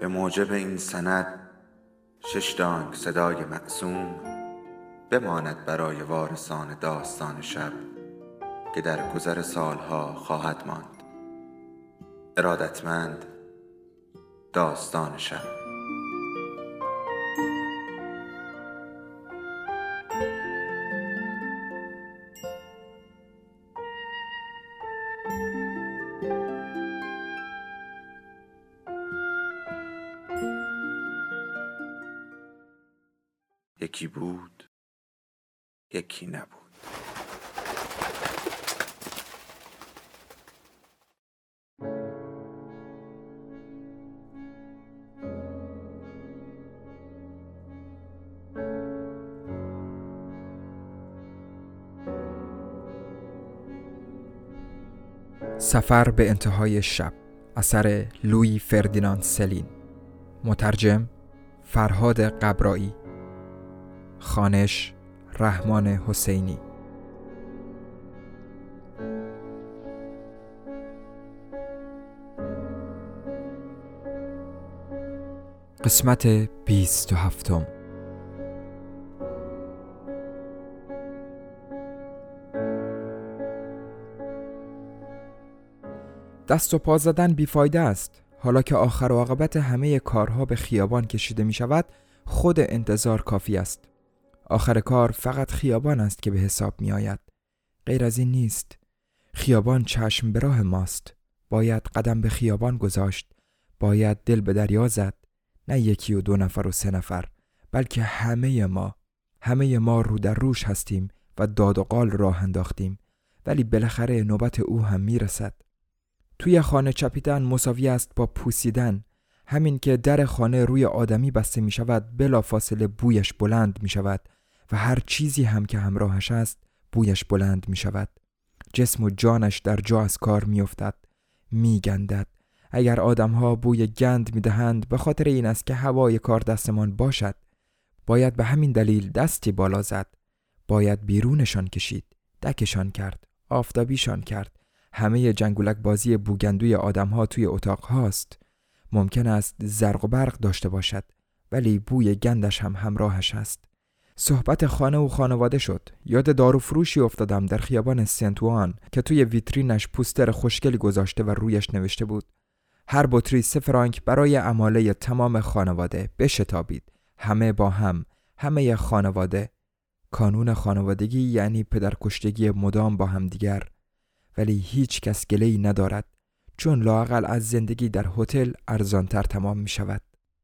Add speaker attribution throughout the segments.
Speaker 1: به موجب این سند 6 دانگ صدای معصوم بماند برای وارثان داستان شب که در گذر سالها خواهد ماند. ارادتمند، داستان شب. یکی بود، یکی نبود.
Speaker 2: سفر به انتهای شب، اثر لویی فردیناند سلین. مترجم فرهاد قبرایی. خوانش رحمان حسینی. قسمت 27. دست و پا زدن بیفایده است. حالا که آخر و عاقبت همه کارها به خیابان کشیده می شود، خود انتظار کافی است. آخر کار فقط خیابان است که به حساب می آید. غیر از این نیست. خیابان چشم به راه ماست. باید قدم به خیابان گذاشت. باید دل به دریا زد. نه 1 و 2 نفر و 3 نفر، بلکه همه ما رو در روش هستیم و داد و قال راه انداختیم. ولی بالاخره نوبت او هم می رسد. توی خانه چپیدن مساوی است با پوسیدن. همین که در خانه روی آدمی بسته می شود، بلا فاصله بویش بلند می شود و هر چیزی هم که همراهش است بویش بلند می شود. جسم و جانش در جا از کار می افتد، می گندد. اگر آدمها بوی گند می دهند به خاطر این است که هوای کار دستمان باشد. باید به همین دلیل دستی بالا زد. باید بیرونشان کشید، دکشان کرد، آفتابیشان کرد. همه جنگولک بازی بوگندوی آدمها توی اتاق هاست. ممکن است زرق و برق داشته باشد، ولی بوی گندش هم همراهش است. صحبت خانه و خانواده شد. یاد داروفروشی افتادم در خیابان سنتوان که توی ویترینش پوستر خوشگلی گذاشته و رویش نوشته بود: هر بطری 3 فرانک برای عماله تمام خانواده. بشتابید. همه با هم، همه خانواده. کانون خانوادگی یعنی پدرکشتگی مدام با هم دیگر. ولی هیچ کس گله‌ای ندارد، چون لااقل از زندگی در هتل ارزانتر تمام می شود.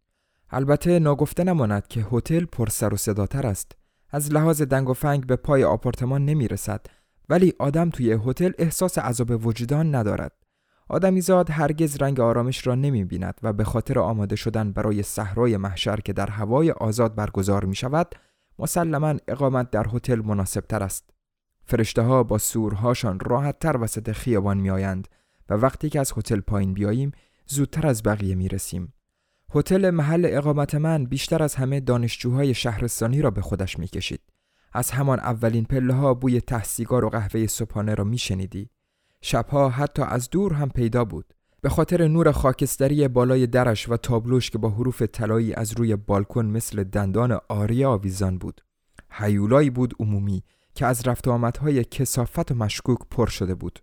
Speaker 2: البته ناگفته نماند که هتل پر سر و صداتر است. از لحاظ دنگ و فنگ به پای آپارتمان نمی رسد، ولی آدم توی هتل احساس عذاب وجدان ندارد. آدمیزاد هرگز رنگ آرامش را نمی بیند و به خاطر آماده شدن برای صحرای محشر که در هوای آزاد برگزار می شود، مسلماً اقامت در هتل مناسب تر است. فرشته ها با سورهاشان راحت تر وسط خیابان می آیند و وقتی که از هتل پایین بیاییم زودتر از بقیه می رسیم. هتل محل اقامت من بیشتر از همه دانشجوهای شهرستانی را به خودش می کشید. از همان اولین پله ها بوی ته سیگار و قهوه صبحانه را می شنیدی. شبها حتی از دور هم پیدا بود. به خاطر نور خاکستری بالای درش و تابلوش که با حروف طلایی از روی بالکن مثل دندان آریا آویزان بود. هیولایی بود عمومی که از رفت و آمدهای کثافت و مشکوک پر شده بود.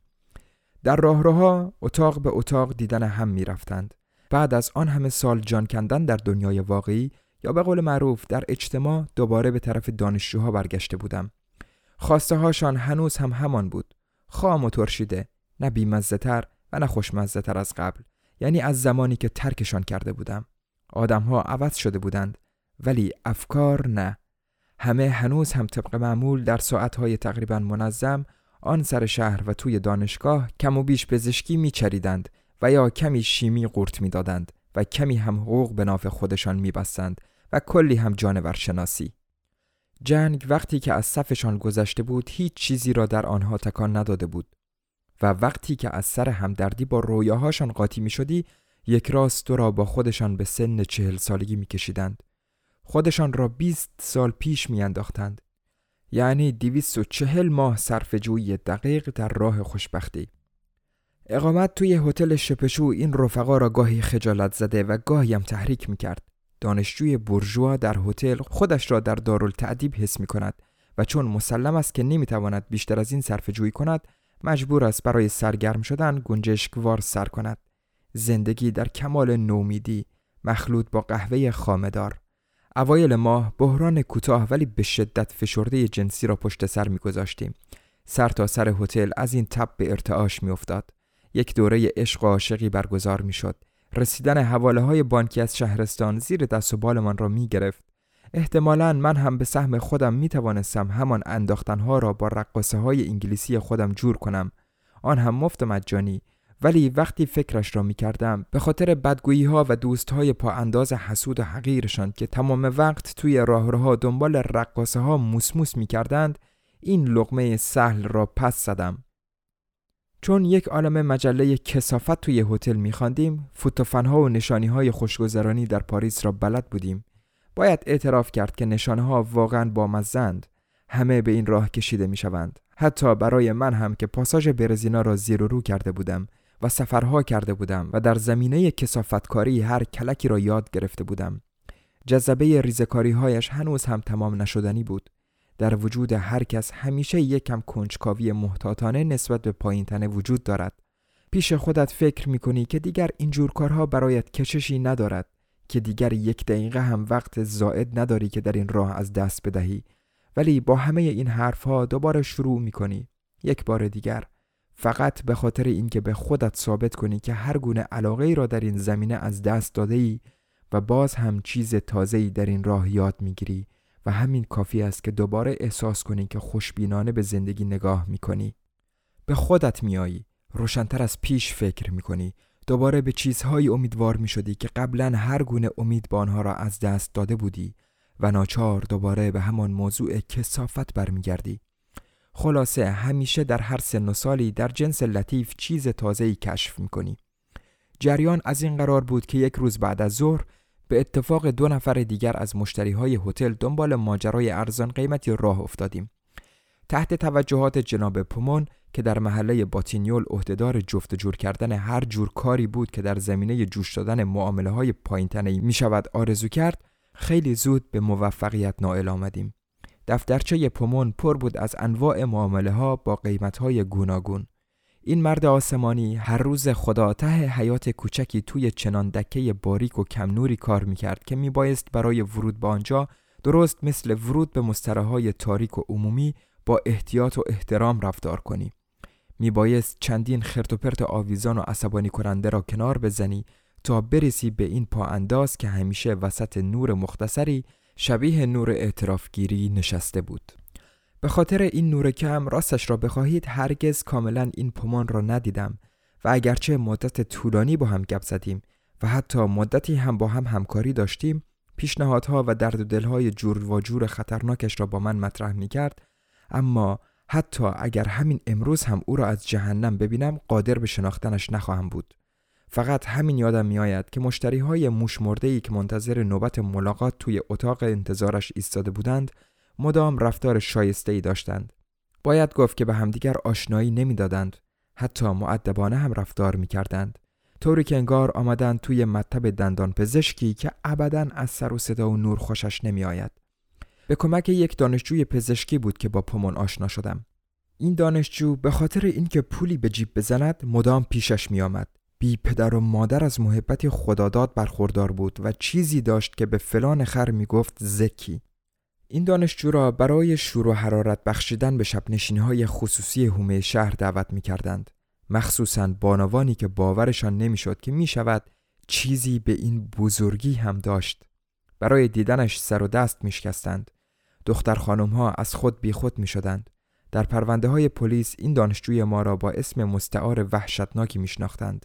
Speaker 2: در راهروها اتاق به اتاق دیدن هم می رفتند. بعد از آن همه سال جان کندن در دنیای واقعی، یا به قول معروف در اجتماع، دوباره به طرف دانشجوها برگشته بودم. خواسته هاشان هنوز هم همان بود. خام و ترشیده، نه بیمزه تر و نه خوشمزه تر از قبل. یعنی از زمانی که ترکشان کرده بودم. آدمها عوض شده بودند، ولی افکار نه. همه هنوز هم طبق معمول در ساعتهای تقریبا منظم آن سر شهر و توی دانشگاه کم و بیش پزشکی می‌چریدند و یا کمی شیمی قورت می‌دادند و کمی هم حقوق به نافع خودشان می‌بستند و کلی هم جانور شناسی. جنگ وقتی که از صفشان گذشته بود هیچ چیزی را در آنها تکان نداده بود و وقتی که از سر همدردی با رویاهاشان قاطی می‌شدی، یک راست تو را با خودشان به سن 40 سالگی می‌کشیدند. خودشان را 20 سال پیش میانداختند. یعنی 240 ماه صرفه‌جویی دقیق در راه خوشبختی. اقامت توی هتل شپشو این رفقا را گاهی خجالت زده و گاهی هم تحریک میکرد. دانشجوی بورژوا در هتل خودش را در دارالتأدیب حس میکند و چون مسلم است که نمیتواند بیشتر از این صرفه‌جویی کند، مجبور است برای سرگرم شدن گنجشکوار سر کند. زندگی در کمال نومیدی مخلوط با قهوه خامه‌دار. اوایل ماه بحران کوتاه ولی به شدت فشرده جنسی را پشت سر می‌گذاشتیم. سر تا سر هتل از این تب به ارتعاش می‌افتاد. یک دوره عشق و عاشقی برگزار می‌شد. رسیدن حواله‌های بانکی از شهرستان زیر دست و بالمان را می‌گرفت. احتمالاً من هم به سهم خودم می‌توانستم همان انداختن‌ها را با رقاصه‌های انگلیسی خودم جور کنم، آن هم مفت مجانی. ولی وقتی فکرش را می‌کردم به خاطر بدگویی‌ها و دوست‌های پا انداز حسود و حقیرشان که تمام وقت توی راهروها دنبال رقاصه‌ها موسموس می‌کردند، این لقمه سهل را پس زدم. چون یک عالمه مجله کثافت توی هتل می‌خواندیم، فوتوفن‌ها و نشانی‌های خوشگذرانی در پاریس را بلد بودیم. باید اعتراف کرد که نشانه‌ها واقعاً بامزه‌اند. همه به این راه کشیده می‌شوند. حتی برای من هم که پاساژ برزینا را زیر و رو کرده بودم و سفرها کرده بودم و در زمینه کثافتکاری هر کلکی را یاد گرفته بودم. جذبه ریزکاری‌هایش هنوز هم تمام نشدنی بود. در وجود هر کس همیشه یکم کنجکاوی محتاطانه نسبت به پایین‌تنه وجود دارد. پیش خودت فکر می‌کنی که دیگر اینجور کارها برایت کششی ندارد، که دیگر یک دقیقه هم وقت زائد نداری که در این راه از دست بدهی. ولی با همه این حرف‌ها دوباره شروع می‌کنی. یک بار دیگر. فقط به خاطر اینکه به خودت ثابت کنی که هر گونه علاقه‌ای را در این زمینه از دست داده‌ای و باز هم چیز تازه‌ای در این راه یاد می‌گیری و همین کافی است که دوباره احساس کنی که خوشبینانه به زندگی نگاه می‌کنی. به خودت میایی، روشن‌تر از پیش فکر می‌کنی، دوباره به چیزهایی امیدوار می‌شدی که قبلاً هر گونه امید به آنها را از دست داده بودی و ناچار دوباره به همان موضوع کثافت برمیگردی. خلاصه همیشه در هر سن و سالی در جنس لطیف چیز تازه‌ای کشف می‌کنی. جریان از این قرار بود که یک روز بعد از ظهر به اتفاق 2 نفر دیگر از مشتریهای هتل دنبال ماجرای ارزان قیمتی راه افتادیم. تحت توجهات جناب پومون که در محله باتینیول عهدهدار جفت جور کردن هر جور کاری بود که در زمینه جوش دادن معامله‌های پایین‌تنه می‌شود آرزو کرد، خیلی زود به موفقیت نائل آمدیم. دفترچه پومون پر بود از انواع معامله‌ها با قیمت‌های گوناگون. این مرد آسمانی هر روز خدا ته حیات کوچکی توی چنان دکه باریک و کم نوری کار می‌کرد که میبایست برای ورود به آنجا درست مثل ورود به مستراح‌های تاریک و عمومی با احتیاط و احترام رفتار کنی. میبایست چندین خرت و پرت آویزان و عصبانی کننده را کنار بزنی تا برسی به این پا انداز که همیشه وسط نور مختصری شبیه نور اعترافگیری نشسته بود. به خاطر این نور کم راستش را بخواهید هرگز کاملا این پومون را ندیدم و اگرچه مدت طولانی با هم گپ زدیم و حتی مدتی هم با هم همکاری داشتیم، پیشنهادها و درد و دلهای جور و جور خطرناکش را با من مطرح می کرد، اما حتی اگر همین امروز هم او را از جهنم ببینم قادر به شناختنش نخواهم بود. فقط همین یادم می آید که مشتریهای موش مرده‌ای که منتظر نوبت ملاقات توی اتاق انتظارش ایستاده بودند مدام رفتار شایسته‌ای داشتند. باید گفت که به همدیگر آشنایی نمی‌دادند، حتی مؤدبانه هم رفتار می‌کردند، طوری که انگار آمدند توی مطب دندان پزشکی که ابداً از سر و صدا و نور خوشش نمی‌آید. به کمک یک دانشجوی پزشکی بود که با پومون آشنا شدم. این دانشجو به خاطر اینکه پولی به جیب بزند مدام پیشش می‌آمد. بی پدر و مادر از محبت خداداد برخوردار بود و چیزی داشت که به فلان خر می‌گفت زکی. این دانشجو را برای شور و حرارت بخشیدن به شب نشینی‌های خصوصی حومه شهر دعوت می‌کردند، مخصوصاً بانوانی که باورشان نمی‌شد که می‌شود چیزی به این بزرگی هم داشت. برای دیدنش سر و دست می‌شکستند. دختر خانم‌ها از خود بی خود می‌شدند. در پرونده‌های پلیس این دانشجوی ما را با اسم مستعار وحشتناکی می‌شناختند: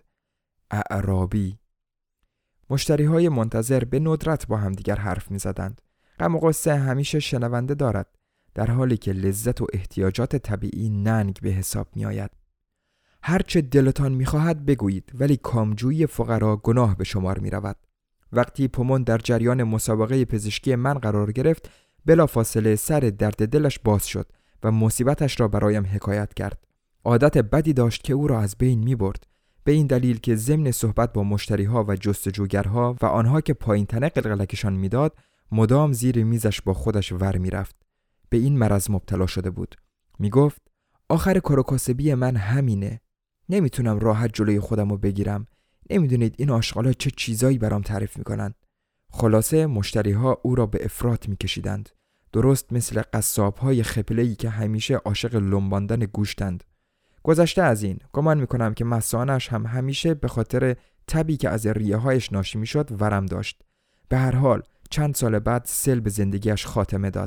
Speaker 2: اعرابی. مشتری‌های منتظر به ندرت با همدیگر حرف می‌زدند. غم و غصه همیشه شنونده دارد، در حالی که لذت و احتیاجات طبیعی ننگ به حساب می آید. هرچه دلتان می خواهد بگویید، ولی کامجویی فقرا گناه به شمار می رود. وقتی پومون در جریان مسابقه پزشکی من قرار گرفت، بلافاصله سر درد دلش باز شد و مصیبتش را برایم حکایت کرد. عادت بدی داشت که او را از بین می برد. به این دلیل که ضمن صحبت با مشتریها و جستجوگرها و آنها که پایین تنه قلقلکشان میداد، مدام زیر میزش با خودش ور میرفت. به این مرض مبتلا شده بود. میگفت آخر کار و کاسبی من همینه. نمیتونم راحت جلوی خودمو بگیرم. نمیدونید این آشغالا چه چیزایی برام تعریف میکنن. خلاصه مشتریها او را به افراط میکشیدند. درست مثل قصاب‌های خپله‌ای که همیشه عاشق لمباندن گوشتند. گذشته از این، گمان میکنم که مثانه‌اش هم همیشه به خاطر تبی که از ریه‌هایش ناشی میشد ورم داشت. به هر حال چند سال بعد سیل به زندگیش خاتمه داد.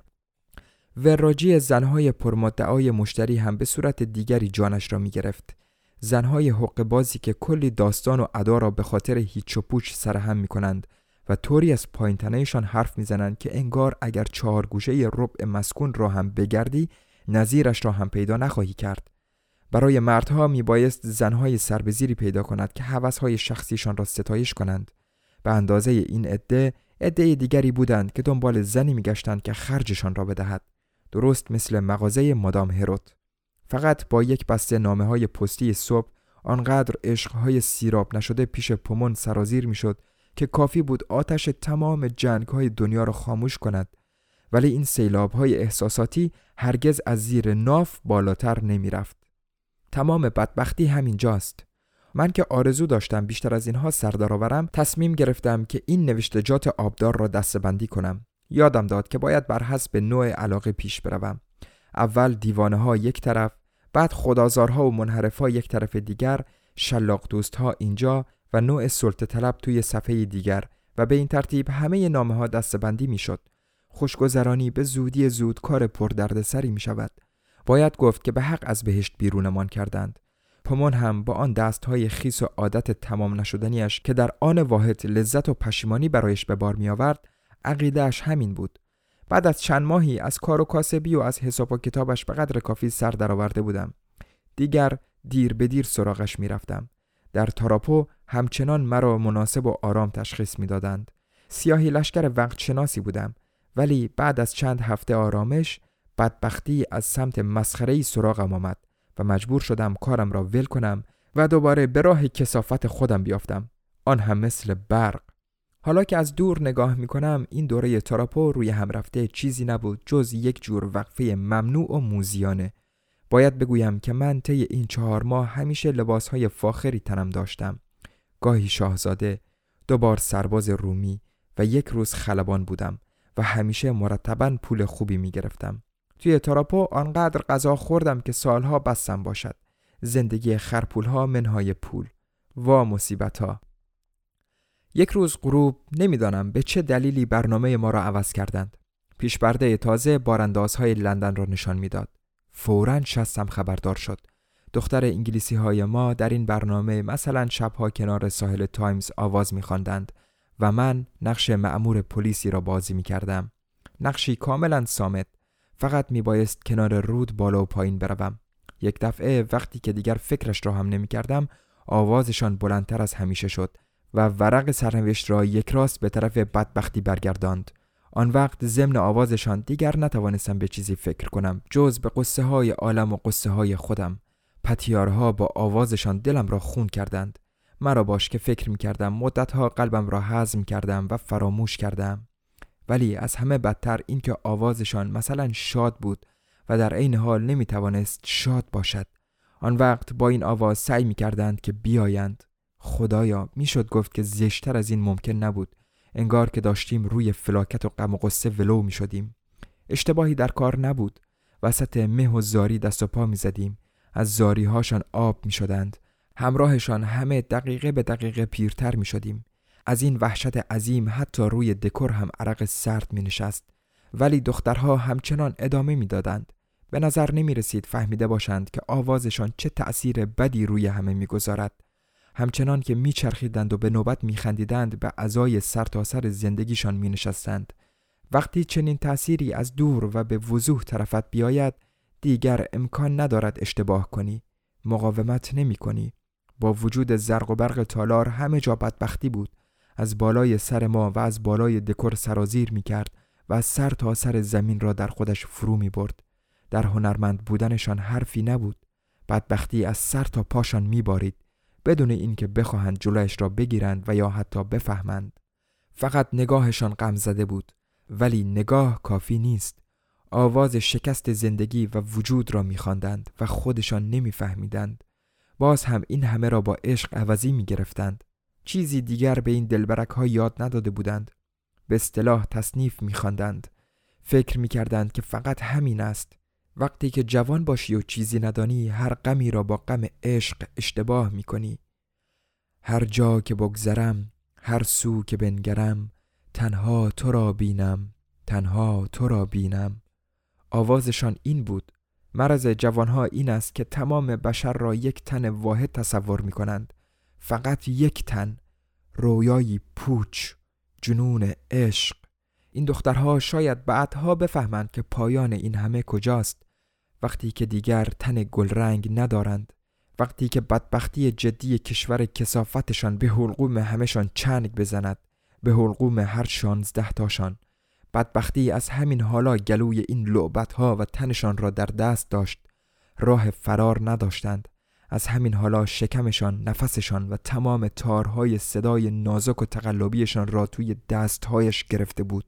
Speaker 2: وراجی زنهای پرمدعای مشتری هم به صورت دیگری جانش را میگرفت. زنهای حقه‌بازی که کلی داستان و ادا را به خاطر هیچ و پوچ سرهم میکنند و طوری از پایین تنه‌شان حرف میزنند که انگار اگر 4 گوشه ربع مسکون را هم بگردی نظیرش را هم پیدا نخواهی کرد. برای مردها میبایست زنهای سربزیری پیدا کند که هوس‌های شخصیشان را ستایش کنند. به اندازه این عده دیگری بودند که دنبال زنی میگشتند که خرجشان را بدهد. درست مثل مغازه مادام هروت. فقط با یک بسته نامه‌های پستی صبح آنقدر عشق‌های سیراب نشده پیش پومون سرازیر میشد که کافی بود آتش تمام جنگ‌های دنیا را خاموش کند. ولی این سیلاب‌های احساساتی هرگز از زیر ناف بالاتر نمی‌رفت. تمام بدبختی همین جاست. من که آرزو داشتم بیشتر از اینها سر درآورم، تصمیم گرفتم که این نوشتجات آبدار را دسته‌بندی کنم. یادم داد که باید بر حسب نوع علاقه پیش بروم. اول دیوانه ها یک طرف، بعد خدازارها و منحرف ها یک طرف دیگر، شلاق دوست ها اینجا و نوع سلطه طلب توی صفحه دیگر و به این ترتیب همه نامه ها دسته‌بندی می شد. خوشگذرانی به زودی زود کار پردردسری می شود. باید گفت که به حق از بهشت بیرونمان کردند. پومون هم با آن دستهای خیس و عادت تمام نشدنیش که در آن واحد لذت و پشیمانی برایش به بار می آورد، عقیده‌اش همین بود. بعد از چند ماهی از کار و کاسبی و از حساب و کتابش به قدر کافی سر درآورده بودم. دیگر دیر به دیر سراغش می رفتم. در تاراپو همچنان مرا مناسب و آرام تشخیص می دادند. سیاهی لشکر وقت شناسی بودم، ولی بعد از چند هفته آرامش بدبختی از سمت مسخره‌ای سراغم آمد و مجبور شدم کارم را ول کنم و دوباره به راه کثافت خودم بیافتم. آن هم مثل برق. حالا که از دور نگاه میکنم این دوره تاراپو روی هم رفته چیزی نبود جز یک جور وقفه ممنوع و موذیانه. باید بگویم که من طی این 4 ماه همیشه لباسهای فاخری تنم داشتم. گاهی شاهزاده، 2 بار سرباز رومی و 1 روز خلبان بودم و همیشه مرتباً پول خوبی میگرفتم. توی تاراپو آنقدر غذا خوردم که سالها بسم باشد. زندگی خرپولها منهای پول. وا مصیبت‌ها. 1 روز غروب نمیدانم به چه دلیلی برنامه ما را عوض کردند. پیشبرده تازه باراندازهای لندن را نشان میداد. فوراً شستم خبردار شد. دختر انگلیسی های ما در این برنامه مثلا شبها کنار ساحل تایمز آواز می‌خواندند و من نقش مأمور پلیسی را بازی می‌کردم. نقشی کاملا صامت. فقط میبایست کنار رود بالا و پایین بروم. یک دفعه وقتی که دیگر فکرش را هم نمی‌کردم، آوازشان بلندتر از همیشه شد و ورق سرنوشت را یک راست به طرف بدبختی برگرداند. آن وقت ضمن آوازشان دیگر نتوانستم به چیزی فکر کنم جز به قصه های عالم و قصه های خودم. پتیارها با آوازشان دلم را خون کردند. مرا باش که فکر می‌کردم مدتها قلبم را هضم کردم و فراموش کردم. ولی از همه بدتر این که آوازشان مثلا شاد بود و در عین حال نمی‌توانست شاد باشد. آن وقت با این آواز سعی می‌کردند که بیایند. خدایا، میشد گفت که زشتر از این ممکن نبود. انگار که داشتیم روی فلاکت و غم و غصه ولو می‌شدیم. اشتباهی در کار نبود. وسط مه و زاری دست و پا می‌زدیم. از زاری‌هاشان آب می‌شدند. همراهشان همه دقیقه به دقیقه پیرتر می‌شدیم. از این وحشت عظیم حتی روی دکور هم عرق سرد می‌نشست. ولی دخترها همچنان ادامه می‌دادند. به نظر نمی‌رسید فهمیده باشند که آوازشان چه تأثیر بدی روی همه می‌گذارد. همچنان که میچرخیدند و به نوبت میخندیدند به عزای سرتاسر زندگیشان مینشستند. وقتی چنین تأثیری از دور و به وضوح طرفت بیاید، دیگر امکان ندارد اشتباه کنی. مقاومت نمی کنی. با وجود زرق و برق تالار همه جا بدبختی بود. از بالای سر ما و از بالای دکور سرازیر میکرد و از سر تا سر زمین را در خودش فرو میبرد. در هنرمند بودنشان حرفی نبود. بدبختی از سر تا پاشان میبارید. بدون اینکه بخواهند جلویش را بگیرند و یا حتی بفهمند. فقط نگاهشان غم زده بود، ولی نگاه کافی نیست. آواز شکست زندگی و وجود را می‌خواندند و خودشان نمی‌فهمیدند. باز هم این همه را با عشق عوضی می‌گرفتند. چیزی دیگر به این دلبرک‌ها یاد نداده بودند. به اصطلاح تصنیف می‌خواندند. فکر می‌کردند که فقط همین است. وقتی که جوان باشی و چیزی ندانی، هر غمی را با غم عشق اشتباه می‌کنی. هر جا که بگذرم، هر سو که بنگرم، تنها تو را بینم، تنها تو را بینم. آوازشان این بود. مرض جوانها این است که تمام بشر را یک تن واحد تصور می کنند. فقط یک تن، رویایی پوچ، جنون عشق. این دخترها شاید بعدها بفهمند که پایان این همه کجاست. وقتی که دیگر تن گلرنگ ندارند، وقتی که بدبختی جدی کشور کثافتشان به حلقوم همشان چنگ بزند، به حلقوم هر 16 تاشان. بدبختی از همین حالا گلوی این لعبتها و تنشان را در دست داشت. راه فرار نداشتند. از همین حالا شکمشان، نفسشان و تمام تارهای صدای نازک و تقلبیشان را توی دستهایش گرفته بود.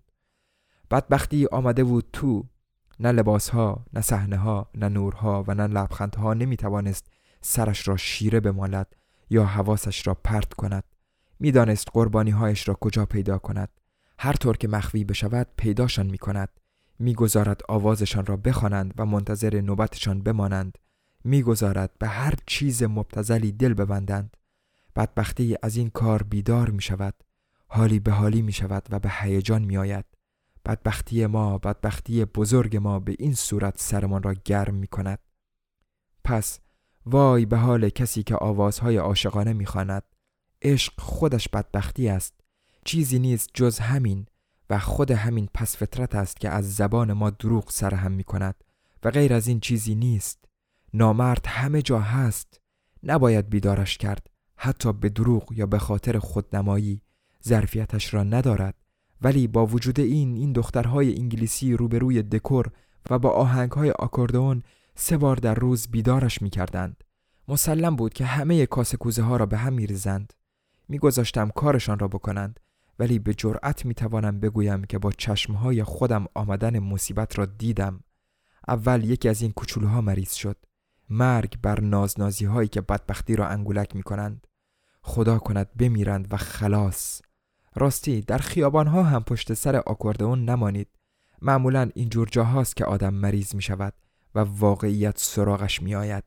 Speaker 2: بدبختی آمده بود تو. نه لباسها، نه صحنه‌ها، نه نورها و نه لبخندها نمیتوانست سرش را شیره بمالد یا حواسش را پرت کند. میدانست قربانی‌هایش را کجا پیدا کند. هر طور که مخفی بشود پیداشان می کند. می گذارد آوازشان را بخوانند و منتظر نوبتشان بمانند. می گذارد به هر چیز مبتذلی دل ببندند. بدبختی از این کار بیدار می شود. حالی به حالی می شود و به هیجان می آید. بدبختی ما، بدبختی بزرگ ما به این صورت سرمان را گرم می کند. پس وای به حال کسی که آوازهای عاشقانه می خواند. عشق خودش بدبختی است. چیزی نیست جز همین و خود همین پس فطرت است که از زبان ما دروغ سرهم می کند و غیر از این چیزی نیست. نامرد همه جا هست. نباید بیدارش کرد. حتی به دروغ یا به خاطر خودنمایی. ظرفیتش را ندارد. ولی با وجود این دخترهای انگلیسی روبروی دکور و با آهنگهای آکوردئون 3 بار در روز بیدارش می کردند. مسلم بود که همه کاسه کوزه ها را به هم می ریزند. می گذاشتم کارشان را بکنند. ولی به جرأت می توانم بگویم که با چشمهای خودم آمدن مصیبت را دیدم. اول یکی از این کوچولوها مریض شد. مرگ بر نازنازی هایی که بدبختی را انگولک می کنند. خدا کند بمیرند و خلاص. راستی در خیابانها هم پشت سر آکوردئون نمانید. معمولا اینجور جاهاست که آدم مریض می شود و واقعیت سراغش می آید.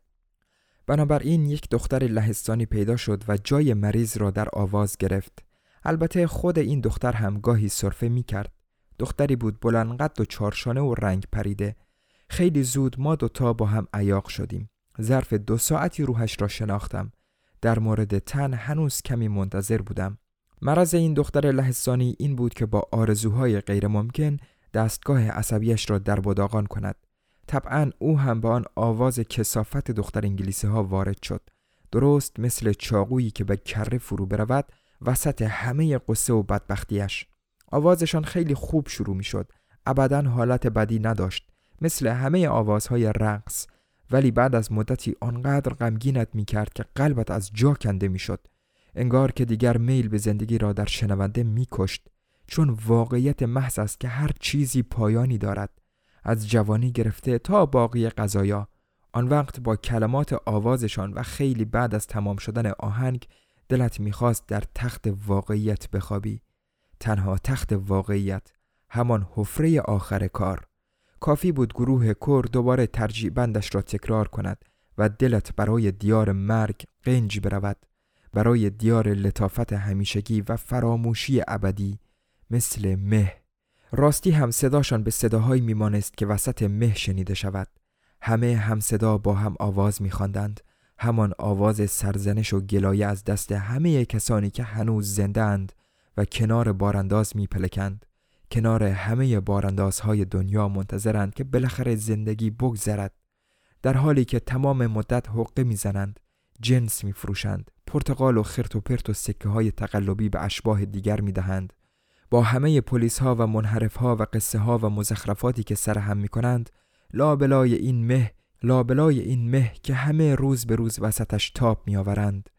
Speaker 2: بنابراین یک دختر لهستانی پیدا شد و جای مریض را در آواز گرفت. البته خود این دختر هم گاهی سرفه می کرد. دختری بود بلند قد و چارشانه و رنگ پریده. خیلی زود ما دوتا با هم عیاق شدیم. ظرف 2 ساعتی روحش را شناختم. در مورد تن هنوز کمی منتظر بودم. مرض این دختر لهستانی این بود که با آرزوهای غیر ممکن دستگاه عصبیش را در بداغان کند. طبعا او هم به آن آواز کثافت دختر انگلیسی ها وارد شد. درست مثل چاقویی که به کره فرو برود وسط همه قصه و بدبختیش. آوازشان خیلی خوب شروع می شد. ابداً حالت بدی نداشت. مثل همه آوازهای رقص. ولی بعد از مدتی آنقدر غمگینت می کرد که قلبت از جا کنده می شد. انگار که دیگر میل به زندگی را در شنونده می کشت. چون واقعیت محض است که هر چیزی پایانی دارد. از جوانی گرفته تا باقی قضایا. آن وقت با کلمات آوازشان و خیلی بعد از تمام شدن آهنگ دلت میخواست در تخت واقعیت بخوابی. تنها تخت واقعیت، همان حفره آخر کار. کافی بود گروه کور دوباره ترجیع بندش را تکرار کند و دلت برای دیار مرگ قنج برود، برای دیار لطافت همیشگی و فراموشی ابدی مثل مه. راستی هم صداشان به صداهایی میمانست که وسط مه شنیده شود. همه هم صدا با هم آواز میخواندند، همان آواز سرزنش و گلایه از دست همه کسانی که هنوز زنده اند و کنار بارانداز میپلکند. کنار همه باراندازهای دنیا منتظرند که بالاخره زندگی بگذرد، در حالی که تمام مدت حقه میزنند، جنس میفروشند، پرتقال و خرت و پرت و سکه های تقلبی به اشباح دیگر میدهند. با همه پلیس ها و منحرف ها و قصه ها و مزخرفاتی که سرهم میکنند، لابلای این مه که همه روز به روز وسطش تاب میآورند.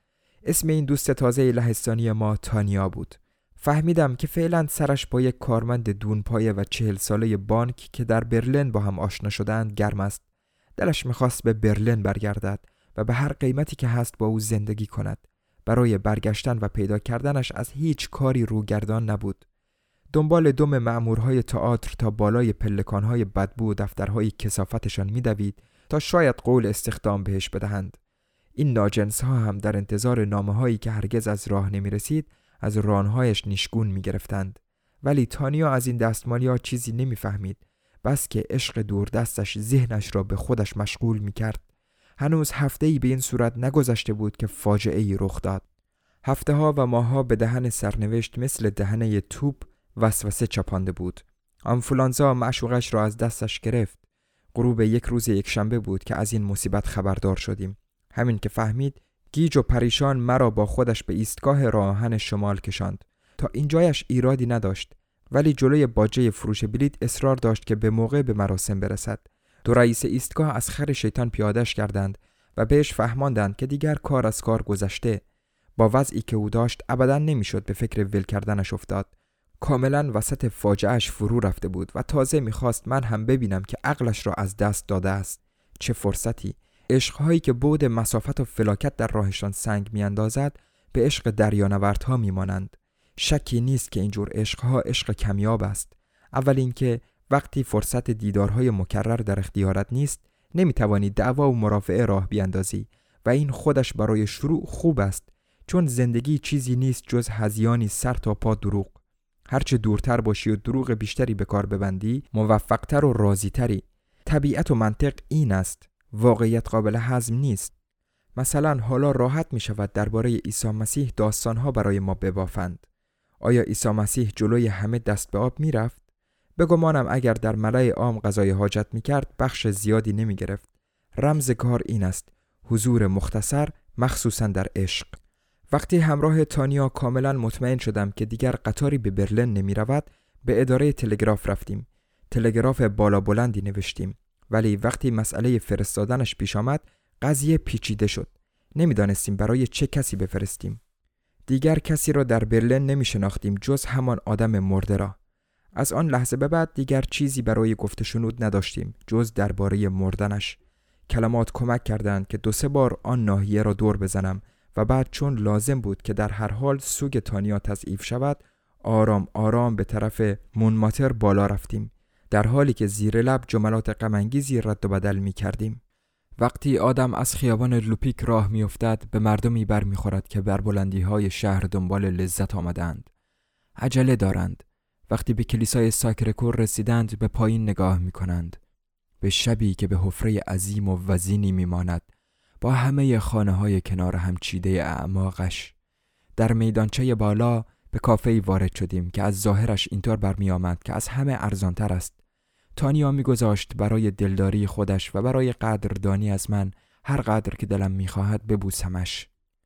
Speaker 2: اسم این دوست تازه لهستانی ما تانیا بود. فهمیدم که فعلا سرش با یک کارمند دونپایه و 40 ساله بانک که در برلین با هم آشنا شدند گرم است. دلش می‌خواست به برلین برگردد و به هر قیمتی که هست با او زندگی کند. برای برگشتن و پیدا کردنش از هیچ کاری روگردان نبود. دنبال دم مأمورهای تئاتر تا بالای پلکانهای بدبو و دفترهای کثافتشان می‌دوید تا شاید قول استخدام بهش بدهند. این ناجنس‌ها هم در انتظار نامه‌هایی که هرگز از راه نمی‌رسید از رانهایش نیشگون می‌گرفتند. ولی تانیا از این دستمالی‌ها چیزی نمی‌فهمید، بس که عشق دوردستش ذهنش را به خودش مشغول می‌کرد. هنوز هفته‌ای به این صورت نگذشته بود که فاجعه‌ای رخ داد. هفته‌ها و ماه‌ها به دهن سرنوشت مثل دهنه توپ وسوسه چپانده بود. آنفولانزا معشوقش را از دستش گرفت. غروب یک روز یکشنبه بود که از این مصیبت خبردار شدیم. همین که فهمید، گیج و پریشان مرا با خودش به ایستگاه راه آهن شمال کشاند. تا اینجایش ایرادی نداشت، ولی جلوی باجه فروش بلیط اصرار داشت که به موقع به مراسم برسد. دو رئیس ایستگاه از خر شیطان پیاده‌اش کردند و بهش فهماندند که دیگر کار از کار گذشته. با وضعی که او داشت ابداً نمیشد به فکر ول کردنش افتاد. کاملاً وسط فاجعه‌اش فرو رفته بود و تازه می‌خواست من هم ببینم که عقلش را از دست داده است. چه فرصتی! عشق‌هایی که بعد مسافت و فلاکت در راهشان سنگ می‌اندازد به عشق دریانوردها می‌مانند. شکی نیست که اینجور عشق‌ها عشق کمیاب است. اول اینکه وقتی فرصت دیدارهای مکرر در اختیارت نیست، نمی‌توانی دعوا و مرافعه راه بیاندازی و این خودش برای شروع خوب است، چون زندگی چیزی نیست جز هذیانی سر تا پا دروغ. هرچه دورتر باشی و دروغ بیشتری به کار ببندی، موفق‌تر و راضی‌تری. طبیعت و منطق این است. واقعیت قابل هضم نیست. مثلا حالا راحت می شود درباره عیسی مسیح داستانها برای ما ببافند. آیا عیسی مسیح جلوی همه دست به آب می رفت؟ بگمانم اگر در ملأ عام قضای حاجت می کرد بخش زیادی نمی گرفت. رمز کار این است، حضور مختصر مخصوصا در عشق. وقتی همراه تانیا کاملا مطمئن شدم که دیگر قطاری به برلین نمی رود، به اداره تلگراف رفتیم. تلگراف بالا بلندی نوشتیم. ولی وقتی مسئله فرستادنش پیش آمد، قضیه پیچیده شد. نمیدانستیم برای چه کسی بفرستیم. دیگر کسی را در برلین نمی شناختیم جز همان آدم مرده را. از آن لحظه به بعد دیگر چیزی برای گفت شنود نداشتیم جز درباره مردنش. کلمات کمک کردند که 2-3 بار آن ناحیه را دور بزنم و بعد چون لازم بود که در هر حال سوگ تانیا تضعیف شود، آرام آرام به طرف مونماتر بالا رفتیم، در حالی که زیر لب جملات غم‌انگیزی رد و بدل می کردیم. وقتی آدم از خیابان لوپیک راه می افتد، به مردمی بر می خورد که بر بلندی‌های شهر دنبال لذت آمدند. عجله دارند. وقتی به کلیسای ساکرکور رسیدند به پایین نگاه می کنند. به شبی که به حفره عظیم و وزینی می ماند، با همه خانه‌های کنار هم چیده اعماقش. در میدانچه بالا به کافه‌ای وارد شدیم که از ظاهرش اینطور برمی آمد که از همه ارزانتر است. تانیا می گذاشت برای دلداری خودش و برای قدردانی از من هر قدر که دلم می خواهد ببوسمش.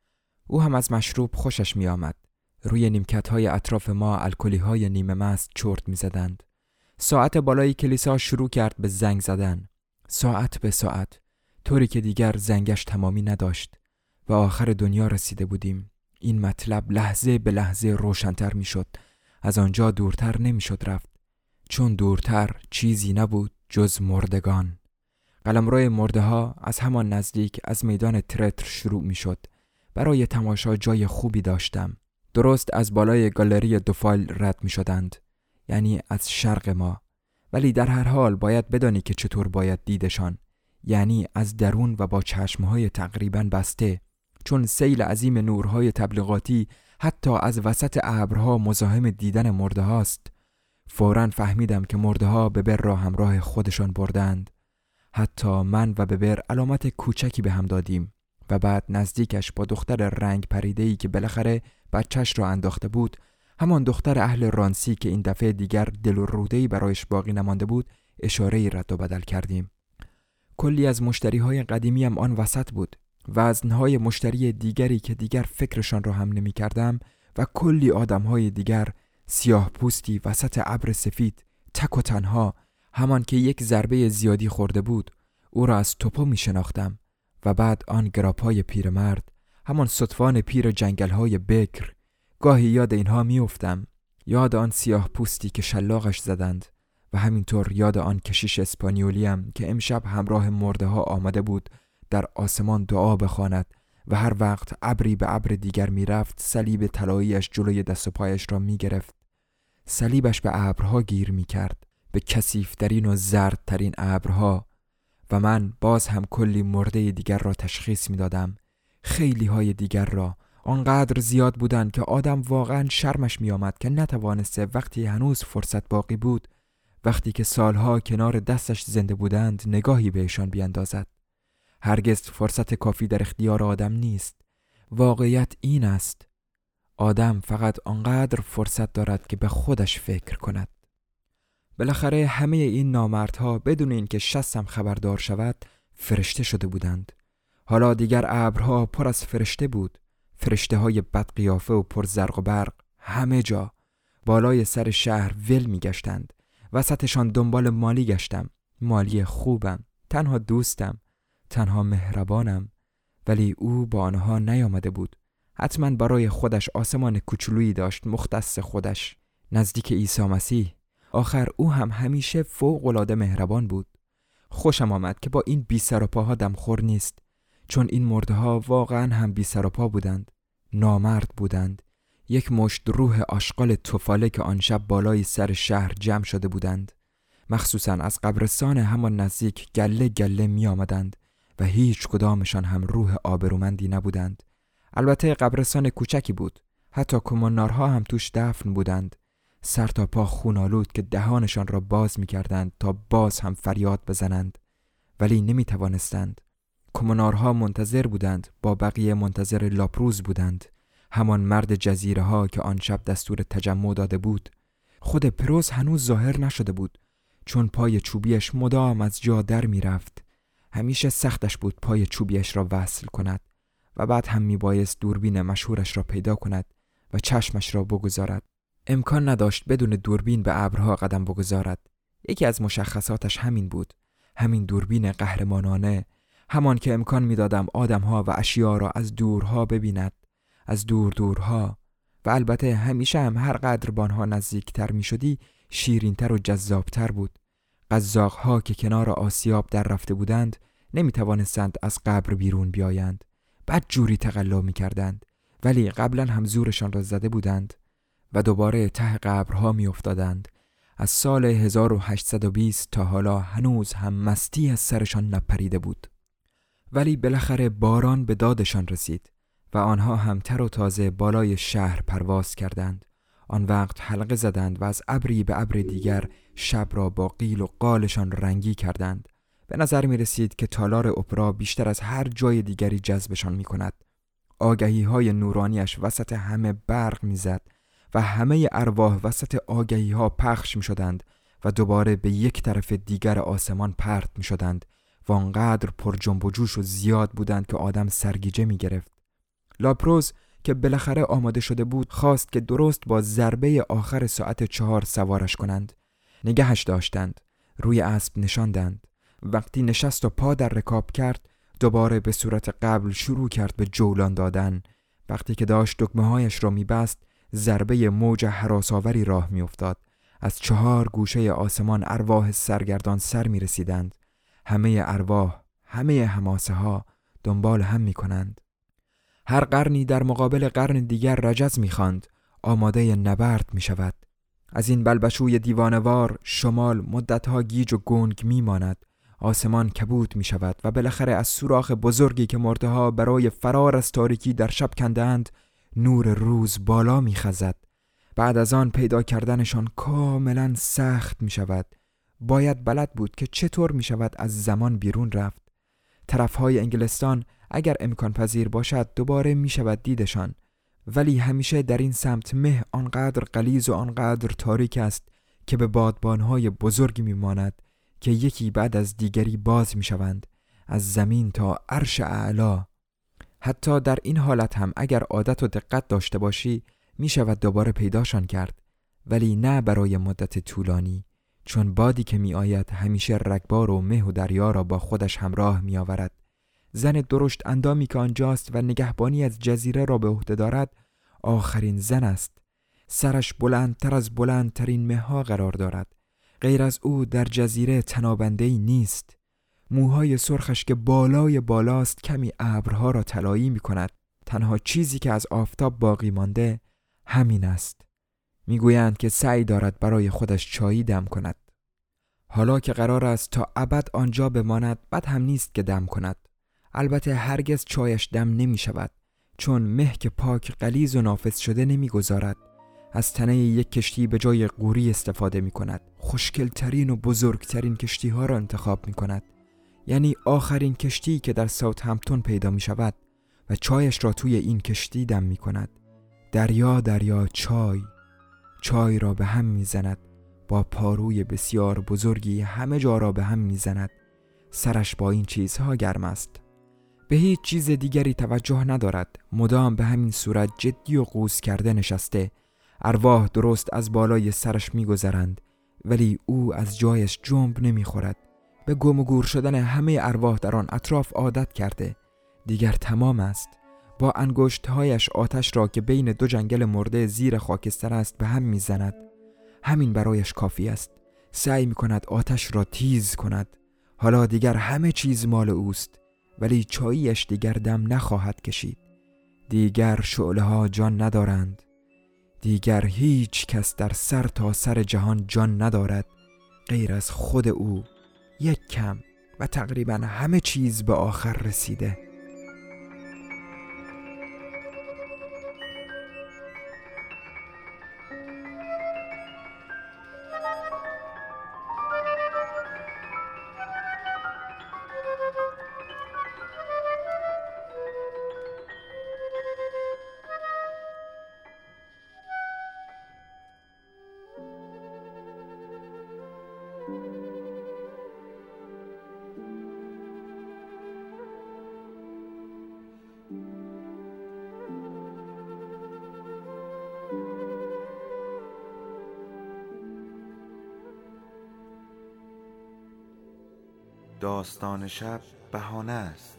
Speaker 2: او هم از مشروب خوشش می آمد. روی نیمکت‌های اطراف ما الکلی‌های نیمه مست چرت می زدند. ساعت بالای کلیسا شروع کرد به زنگ زدن. ساعت به ساعت. طوری که دیگر زنگش تمامی نداشت. و آخر دنیا رسیده بودیم. این مطلب لحظه به لحظه روشن‌تر می شد. از آنجا دورتر نمی شد رفت. چون دورتر چیزی نبود جز مردگان. قلمرو مرده ها از همان نزدیک از میدان ترتر شروع می شد. برای تماشا جای خوبی داشتم. درست از بالای گالری دوفایل رد می شدند. یعنی از شرق ما. ولی در هر حال باید بدانی که چطور باید دیدشان. یعنی از درون و با چشمهای تقریباً بسته. چون سیل عظیم نورهای تبلیغاتی حتی از وسط ابرها مزاحم دیدن مرده هاست. فوراً فهمیدم که مرده ها ببر را همراه خودشان بردند. حتی من و ببر علامت کوچکی به هم دادیم و بعد نزدیکش با دختر رنگ پریده‌ای که بالاخره بچه‌ش را انداخته بود، همان دختر اهل رانسی که این دفعه دیگر دل و روده‌ای برایش باقی نمانده بود، اشاره‌ای رد و بدل کردیم. کلی از مشتری‌های قدیمی هم آن وسط بود، وزن‌های مشتری دیگری که دیگر فکرشان را هم نمی‌کردم و کلی آدم‌های دیگر سیاه پوستی وسط ابر سفید، تک و تنها، همان که یک ضربه زیادی خورده بود. او را از توپو می شناختم و بعد آن گراپای پیرمرد، همان ستوان پیر جنگل‌های بکر. گاهی یاد اینها میافتم، یاد آن سیاه پوستی که شلاقش زدند و همینطور یاد آن کشیش اسپانیولیم که امشب همراه مرده ها آمده بود در آسمان دعا بخواند و هر وقت ابری به ابر دیگر میرفت صلیب طلایی‌اش جلوی دست و پایش را میگرفت. صلیبش به ابرها گیر میکرد، به کثیف‌ترین و زردترین ابرها، و من باز هم کلی مرده دیگر را تشخیص میدادم، خیلی های دیگر را. آنقدر زیاد بودند که آدم واقعا شرمش میآمد که نتوانسته وقتی هنوز فرصت باقی بود، وقتی که سالها کنار دستش زنده بودند، نگاهی بهشان بیاندازد. هرگز فرصت کافی در اختیار آدم نیست. واقعیت این است، آدم فقط آنقدر فرصت دارد که به خودش فکر کند. بالاخره همه این نامردها بدون اینکه شستم خبردار شود فرشته شده بودند. حالا دیگر ابرها پر از فرشته بود، فرشته های بدقیافه و پر زرق و برق همه جا. بالای سر شهر ول می گشتند، وسطشان دنبال مالی گشتم، مالی خوبم، تنها دوستم، تنها مهربانم. ولی او با آنها نیامده بود. حتما برای خودش آسمان کوچولویی داشت مختص خودش، نزدیک عیسی مسیح. آخر او هم همیشه فوق‌العاده مهربان بود. خوشم آمد که با این بی سر و پاها دمخور نیست، چون این مرده ها واقعا هم بی سر و پا بودند، نامرد بودند، یک مشت روح آشغال توفاله که آن شب بالای سر شهر جمع شده بودند. مخصوصا از قبرستان همان نزدیک گله گله می آمدند و هیچ کدامشان هم روح آبرومندی نبودند. البته قبرستان کوچکی بود، حتی کمونارها هم توش دفن بودند، سر تا پا خونالود که دهانشان را باز می کردند تا باز هم فریاد بزنند، ولی نمی توانستند. کمونارها منتظر بودند، با بقیه منتظر لاپروز بودند، همان مرد جزیره ها که آن شب دستور تجمع داده بود. خود پروز هنوز ظاهر نشده بود، چون پای چوبیش مدام از جا در می رفت. همیشه سختش بود پای چوبیش را وصل کند و بعد هم می بایست دوربین مشهورش را پیدا کند و چشمش را بگذارد. امکان نداشت بدون دوربین به ابرها قدم بگذارد. یکی از مشخصاتش همین بود، همین دوربین قهرمانانه، همان که امکان میدادم آدمها و اشیا را از دورها ببیند، از دورها. و البته همیشه هم هر قدر به آنها نزدیکتر می شدی شیرینتر و جذابتر بود. قزاق‌ها که کنار آسیاب در رفته بودند نمی توانستند از قبر بیرون بیایند، بد جوری تقلا می کردند، ولی قبلا هم زورشان را زده بودند و دوباره ته قبرها می افتادند. از سال 1820 تا حالا هنوز هم مستی از سرشان نپریده بود. ولی بالاخره باران به دادشان رسید و آنها هم تر و تازه بالای شهر پرواز کردند. آن وقت حلقه زدند و از ابری به ابر دیگر شب را با قیل و قالشان رنگی کردند. به نظر می رسید که تالار اپرا بیشتر از هر جای دیگری جذبشان می کند. آگهی های نورانیش وسط همه برق می زد و همه ارواح وسط آگهی ها پخش می شدند و دوباره به یک طرف دیگر آسمان پرت می شدند و آنقدر پر جنب و جوش و زیاد بودند که آدم سرگیجه می گرفت. لاپروز که بالاخره آماده شده بود خواست که درست با ضربه آخر ساعت 4 سوارش کنند. نگهش داشتند، روی اسب نشاندند. وقتی نشست و پا در رکاب کرد دوباره به صورت قبل شروع کرد به جولان دادن. وقتی که داشت دکمه‌هایش را می‌بست ضربه موج هراس‌آوری راه می‌افتاد. از 4 گوشه آسمان ارواح سرگردان سر می‌رسیدند. همه ارواح، همه حماسه‌ها دنبال هم می‌کنند. هر قرنی در مقابل قرن دیگر رجز می‌خواند، آماده نبرد می‌شود. از این بلبشوی دیوانوار شمال مدت‌ها گیج و گنگ می‌ماند. آسمان کبود می‌شود و بالاخره از سوراخ بزرگی که مرده‌ها برای فرار از تاریکی در شب کندند نور روز بالا می‌خزد. بعد از آن پیدا کردنشان کاملا سخت می‌شود. باید بلد بود که چطور می‌شود از زمان بیرون رفت. طرف‌های انگلستان اگر امکان پذیر باشد دوباره می‌شود دیدشان، ولی همیشه در این سمت مه آنقدر غلیظ و آنقدر تاریک است که به بادبان‌های بزرگی می‌ماند که یکی بعد از دیگری باز می‌شوند از زمین تا عرش اعلی. حتی در این حالت هم اگر عادت و دقت داشته باشی می‌شود دوباره پیداشان کرد، ولی نه برای مدت طولانی، چون بادی که می‌آید همیشه رگبار و مه و دریا را با خودش همراه می‌آورد. زن درشت اندامی که آنجاست و نگهبانی از جزیره را به عهده دارد آخرین زن است. سرش بلندتر از بلندترین مه‌ها قرار دارد. غیر از او در جزیره تنابنده‌ای نیست. موهای سرخش که بالای بالاست کمی ابرها را طلایی می‌کند. تنها چیزی که از آفتاب باقی مانده همین است. میگویند که سعی دارد برای خودش چایی دم کند. حالا که قرار است تا ابد آنجا بماند، بد هم نیست که دم کند. البته هرگز چایش دم نمی شود، چون مه که پاک غلیظ و نافذ شده نمی گذارد. از تنه یک کشتی به جای قوری استفاده می کند. خوشگلترین و بزرگترین کشتی ها را انتخاب می کند. یعنی آخرین کشتی که در ساوثهمپتون پیدا می شود و چایش را توی این کشتی دم می کند. دریا دریا چای را به هم می زند. با پاروی بسیار بزرگی همه جا را به هم می زند. سرش با این چیزها گرم است. به هیچ چیز دیگری توجه ندارد. مدام به همین صورت جدی و قوس کرده نشسته. ارواح درست از بالای سرش می گذرند، ولی او از جایش جنب نمی خورد. به گم و گور شدن همه ارواح در آن اطراف عادت کرده. دیگر تمام است. با انگشتهایش آتش را که بین دو جنگل مرده زیر خاکستر است به هم می زند. همین برایش کافی است. سعی می کند آتش را تیز کند. حالا دیگر همه چیز مال اوست، ولی چاییش دیگر دم نخواهد کشید. دیگر شعله ها جان ندارند. دیگر هیچ کس در سر تا سر جهان جان ندارد غیر از خود او. یک کم و تقریبا همه چیز به آخر رسیده.
Speaker 1: داستان شب بهانه است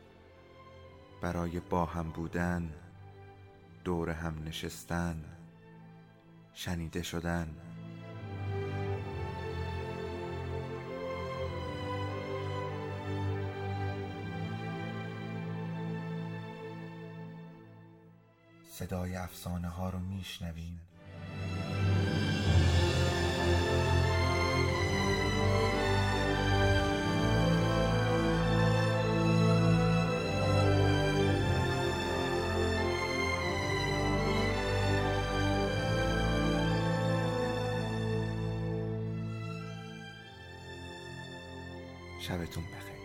Speaker 1: برای با هم بودن، دور هم نشستن، شنیده شدن. صدای افسانه ها رو میشنویم. شبتون بخیر.